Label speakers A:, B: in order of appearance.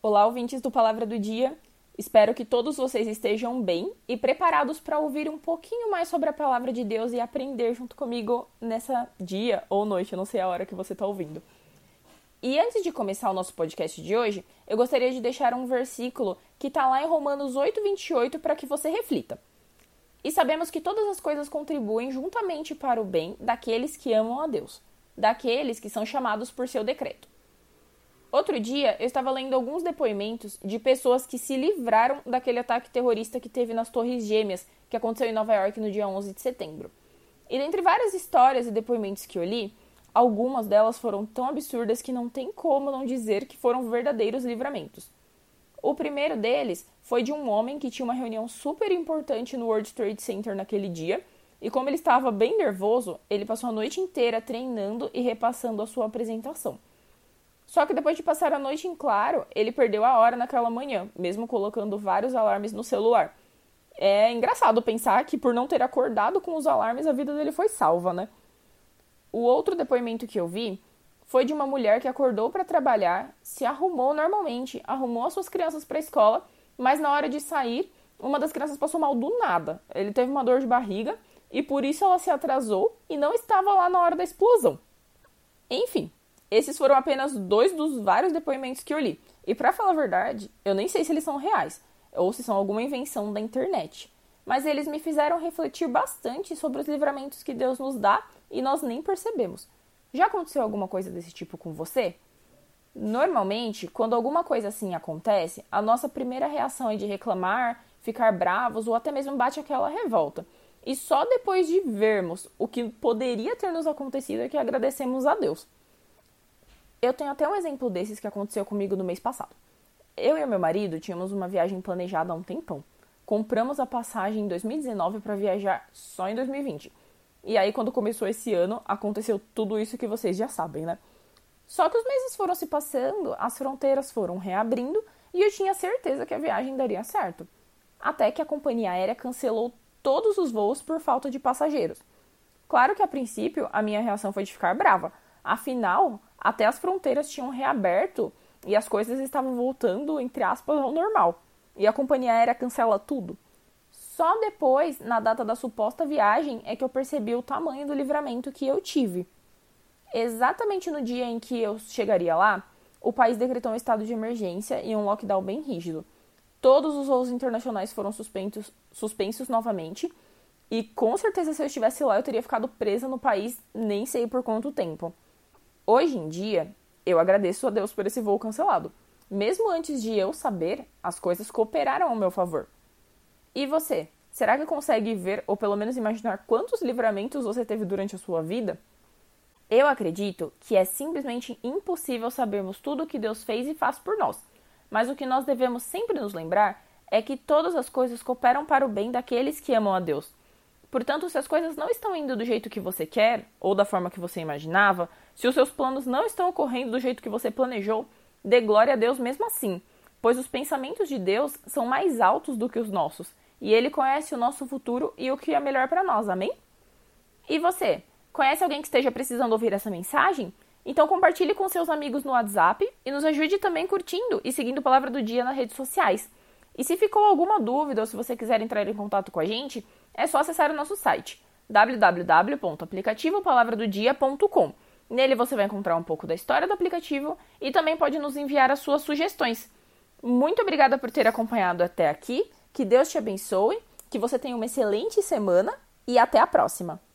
A: Olá, ouvintes do Palavra do Dia. Espero que todos vocês estejam bem e preparados para ouvir um pouquinho mais sobre a Palavra de Deus e aprender junto comigo nessa dia ou noite, eu não sei a hora que você está ouvindo. E antes de começar o nosso podcast de hoje, eu gostaria de deixar um versículo que está lá em Romanos 8:28 para que você reflita. E sabemos que todas as coisas contribuem juntamente para o bem daqueles que amam a Deus, daqueles que são chamados por seu decreto. Outro dia, eu estava lendo alguns depoimentos de pessoas que se livraram daquele ataque terrorista que teve nas Torres Gêmeas, que aconteceu em Nova York no dia 11 de setembro. E dentre várias histórias e depoimentos que eu li, algumas delas foram tão absurdas que não tem como não dizer que foram verdadeiros livramentos. O primeiro deles foi de um homem que tinha uma reunião super importante no World Trade Center naquele dia, e como ele estava bem nervoso, ele passou a noite inteira treinando e repassando a sua apresentação. Só que depois de passar a noite em claro, ele perdeu a hora naquela manhã, mesmo colocando vários alarmes no celular. É engraçado pensar que por não ter acordado com os alarmes, a vida dele foi salva, né? O outro depoimento que eu vi foi de uma mulher que acordou para trabalhar, se arrumou normalmente, arrumou as suas crianças para a escola, mas na hora de sair, uma das crianças passou mal do nada. Ele teve uma dor de barriga e por isso ela se atrasou e não estava lá na hora da explosão. Enfim, esses foram apenas 2 dos vários depoimentos que eu li. E pra falar a verdade, eu nem sei se eles são reais, ou se são alguma invenção da internet. Mas eles me fizeram refletir bastante sobre os livramentos que Deus nos dá e nós nem percebemos. Já aconteceu alguma coisa desse tipo com você? Normalmente, quando alguma coisa assim acontece, a nossa primeira reação é de reclamar, ficar bravos ou até mesmo bate aquela revolta. E só depois de vermos o que poderia ter nos acontecido é que agradecemos a Deus. Eu tenho até um exemplo desses que aconteceu comigo no mês passado. Eu e o meu marido tínhamos uma viagem planejada há um tempão. Compramos a passagem em 2019 para viajar só em 2020. E aí, quando começou esse ano, aconteceu tudo isso que vocês já sabem, né? Só que os meses foram se passando, as fronteiras foram reabrindo e eu tinha certeza que a viagem daria certo. Até que a companhia aérea cancelou todos os voos por falta de passageiros. Claro que a princípio a minha reação foi de ficar brava. Afinal, até as fronteiras tinham reaberto e as coisas estavam voltando, entre aspas, ao normal. E a companhia aérea cancela tudo. Só depois, na data da suposta viagem, é que eu percebi o tamanho do livramento que eu tive. Exatamente no dia em que eu chegaria lá, o país decretou um estado de emergência e um lockdown bem rígido. Todos os voos internacionais foram suspensos novamente. E com certeza, se eu estivesse lá, eu teria ficado presa no país nem sei por quanto tempo. Hoje em dia, eu agradeço a Deus por esse voo cancelado. Mesmo antes de eu saber, as coisas cooperaram ao meu favor. E você? Será que consegue ver ou pelo menos imaginar quantos livramentos você teve durante a sua vida? Eu acredito que é simplesmente impossível sabermos tudo o que Deus fez e faz por nós. Mas o que nós devemos sempre nos lembrar é que todas as coisas cooperam para o bem daqueles que amam a Deus. Portanto, se as coisas não estão indo do jeito que você quer, ou da forma que você imaginava, se os seus planos não estão ocorrendo do jeito que você planejou, dê glória a Deus mesmo assim, pois os pensamentos de Deus são mais altos do que os nossos, e Ele conhece o nosso futuro e o que é melhor para nós, amém? E você, conhece alguém que esteja precisando ouvir essa mensagem? Então compartilhe com seus amigos no WhatsApp e nos ajude também curtindo e seguindo a Palavra do Dia nas redes sociais. E se ficou alguma dúvida ou se você quiser entrar em contato com a gente, é só acessar o nosso site www.aplicativopalavradodia.com. Nele você vai encontrar um pouco da história do aplicativo e também pode nos enviar as suas sugestões. Muito obrigada por ter acompanhado até aqui, que Deus te abençoe, que você tenha uma excelente semana e até a próxima!